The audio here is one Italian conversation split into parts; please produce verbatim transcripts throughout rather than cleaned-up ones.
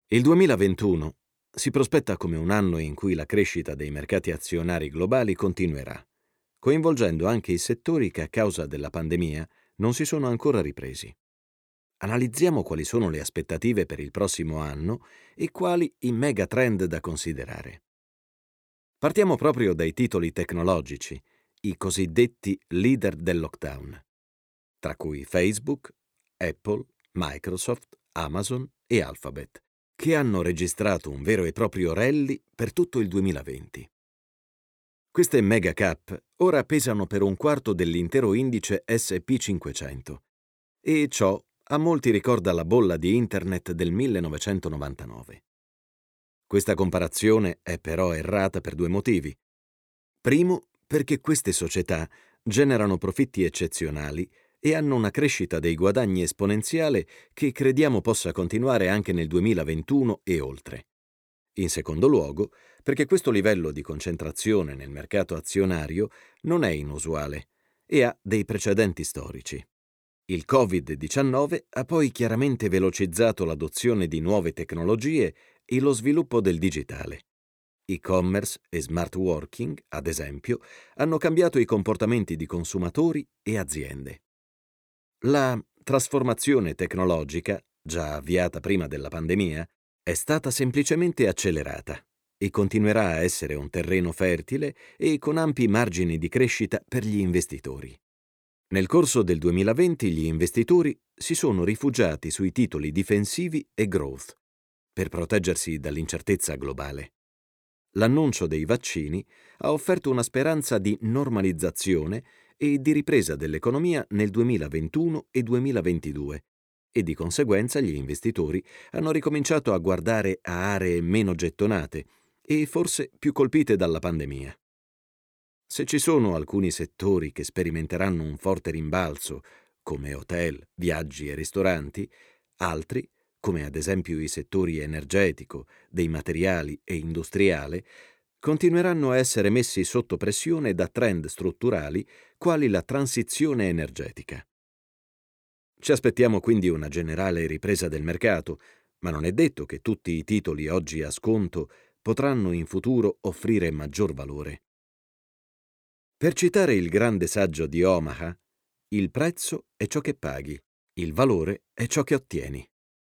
Il duemilaventuno si prospetta come un anno in cui la crescita dei mercati azionari globali continuerà, coinvolgendo anche i settori che a causa della pandemia non si sono ancora ripresi. Analizziamo quali sono le aspettative per il prossimo anno e quali i megatrend da considerare. Partiamo proprio dai titoli tecnologici, i cosiddetti leader del lockdown, tra cui Facebook, Apple, Microsoft, Amazon e Alphabet, che hanno registrato un vero e proprio rally per tutto il duemilaventi. Queste mega cap ora pesano per un quarto dell'intero indice S e P cinquecento e ciò a molti ricorda la bolla di Internet del millenovecentonovantanove. Questa comparazione è però errata per due motivi. Primo, perché queste società generano profitti eccezionali e hanno una crescita dei guadagni esponenziale che crediamo possa continuare anche nel duemilaventuno e oltre. In secondo luogo, perché questo livello di concentrazione nel mercato azionario non è inusuale e ha dei precedenti storici. Il covid diciannove ha poi chiaramente velocizzato l'adozione di nuove tecnologie e lo sviluppo del digitale. E-commerce e smart working, ad esempio, hanno cambiato i comportamenti di consumatori e aziende. La trasformazione tecnologica, già avviata prima della pandemia, è stata semplicemente accelerata e continuerà a essere un terreno fertile e con ampi margini di crescita per gli investitori. Nel corso del duemilaventi gli investitori si sono rifugiati sui titoli difensivi e growth per proteggersi dall'incertezza globale. L'annuncio dei vaccini ha offerto una speranza di normalizzazione e di ripresa dell'economia nel duemilaventuno e duemilaventidue e di conseguenza gli investitori hanno ricominciato a guardare a aree meno gettonate e forse più colpite dalla pandemia. Se ci sono alcuni settori che sperimenteranno un forte rimbalzo, come hotel, viaggi e ristoranti, altri, come ad esempio i settori energetico, dei materiali e industriale, continueranno a essere messi sotto pressione da trend strutturali quali la transizione energetica. Ci aspettiamo quindi una generale ripresa del mercato, ma non è detto che tutti i titoli oggi a sconto potranno in futuro offrire maggior valore. Per citare il grande saggio di Omaha, il prezzo è ciò che paghi, il valore è ciò che ottieni.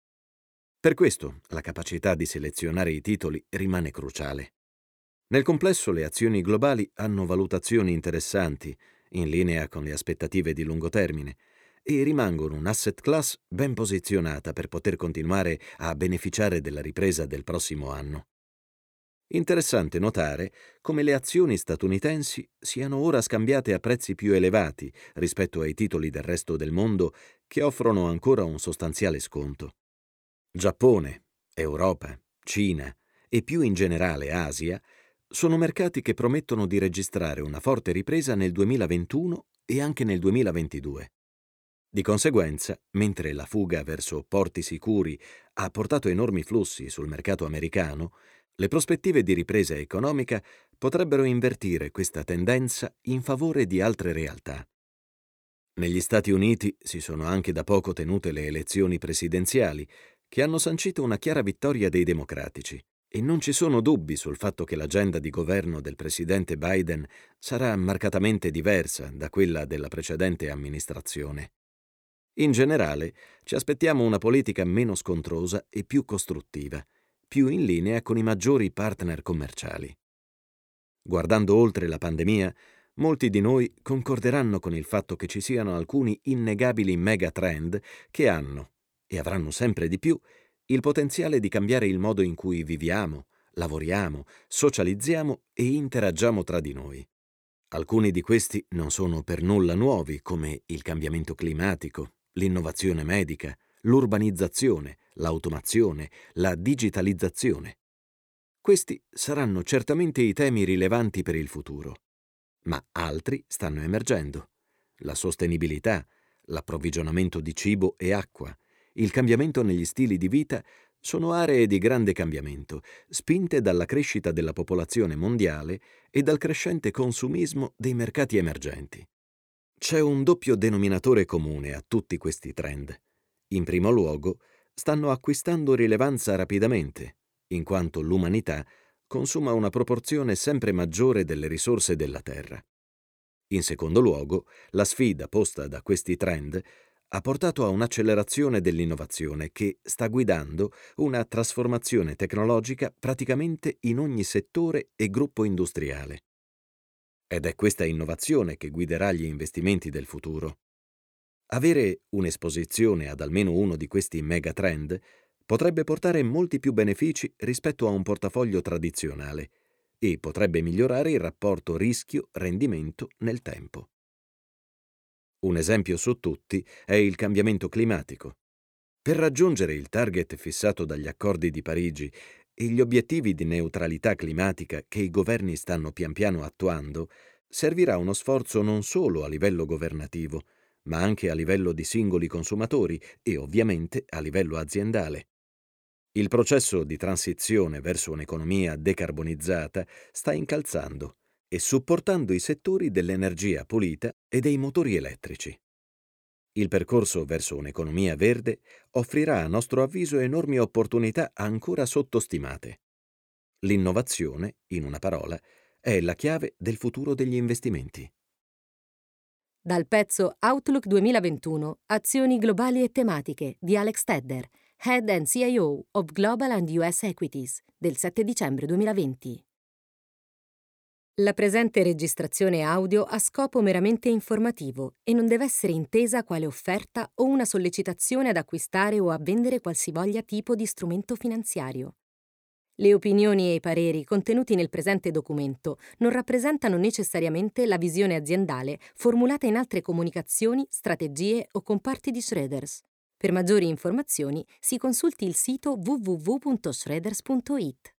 Per questo la capacità di selezionare i titoli rimane cruciale. Nel complesso le azioni globali hanno valutazioni interessanti, in linea con le aspettative di lungo termine, e rimangono un asset class ben posizionata per poter continuare a beneficiare della ripresa del prossimo anno. Interessante notare come le azioni statunitensi siano ora scambiate a prezzi più elevati rispetto ai titoli del resto del mondo che offrono ancora un sostanziale sconto. Giappone, Europa, Cina e più in generale Asia sono mercati che promettono di registrare una forte ripresa nel duemilaventuno e anche nel duemilaventidue. Di conseguenza, mentre la fuga verso porti sicuri ha portato enormi flussi sul mercato americano, le prospettive di ripresa economica potrebbero invertire questa tendenza in favore di altre realtà. Negli Stati Uniti si sono anche da poco tenute le elezioni presidenziali, che hanno sancito una chiara vittoria dei democratici, e non ci sono dubbi sul fatto che l'agenda di governo del presidente Biden sarà marcatamente diversa da quella della precedente amministrazione. In generale, ci aspettiamo una politica meno scontrosa e più costruttiva, più in linea con i maggiori partner commerciali. Guardando oltre la pandemia, molti di noi concorderanno con il fatto che ci siano alcuni innegabili megatrend che hanno, e avranno sempre di più, il potenziale di cambiare il modo in cui viviamo, lavoriamo, socializziamo e interagiamo tra di noi. Alcuni di questi non sono per nulla nuovi, come il cambiamento climatico, l'innovazione medica, l'urbanizzazione, l'automazione, la digitalizzazione. Questi saranno certamente i temi rilevanti per il futuro, ma altri stanno emergendo. La sostenibilità, l'approvvigionamento di cibo e acqua, il cambiamento negli stili di vita sono aree di grande cambiamento, spinte dalla crescita della popolazione mondiale e dal crescente consumismo dei mercati emergenti. C'è un doppio denominatore comune a tutti questi trend. In primo luogo, stanno acquistando rilevanza rapidamente, in quanto l'umanità consuma una proporzione sempre maggiore delle risorse della Terra. In secondo luogo, la sfida posta da questi trend ha portato a un'accelerazione dell'innovazione che sta guidando una trasformazione tecnologica praticamente in ogni settore e gruppo industriale. Ed è questa innovazione che guiderà gli investimenti del futuro. Avere un'esposizione ad almeno uno di questi megatrend potrebbe portare molti più benefici rispetto a un portafoglio tradizionale e potrebbe migliorare il rapporto rischio-rendimento nel tempo. Un esempio su tutti è il cambiamento climatico. Per raggiungere il target fissato dagli accordi di Parigi e gli obiettivi di neutralità climatica che i governi stanno pian piano attuando, servirà uno sforzo non solo a livello governativo, ma anche a livello di singoli consumatori e ovviamente a livello aziendale. Il processo di transizione verso un'economia decarbonizzata sta incalzando e supportando i settori dell'energia pulita e dei motori elettrici. Il percorso verso un'economia verde offrirà a nostro avviso enormi opportunità ancora sottostimate. L'innovazione, in una parola, è la chiave del futuro degli investimenti. Dal pezzo Outlook duemilaventuno, Azioni globali e tematiche di Alex Tedder, Head and C I O of Global and U S Equities, del sette dicembre duemilaventi. La presente registrazione audio ha scopo meramente informativo e non deve essere intesa quale offerta o una sollecitazione ad acquistare o a vendere qualsivoglia tipo di strumento finanziario. Le opinioni e i pareri contenuti nel presente documento non rappresentano necessariamente la visione aziendale formulata in altre comunicazioni, strategie o comparti di Schroders. Per maggiori informazioni si consulti il sito w w w punto schroders punto it.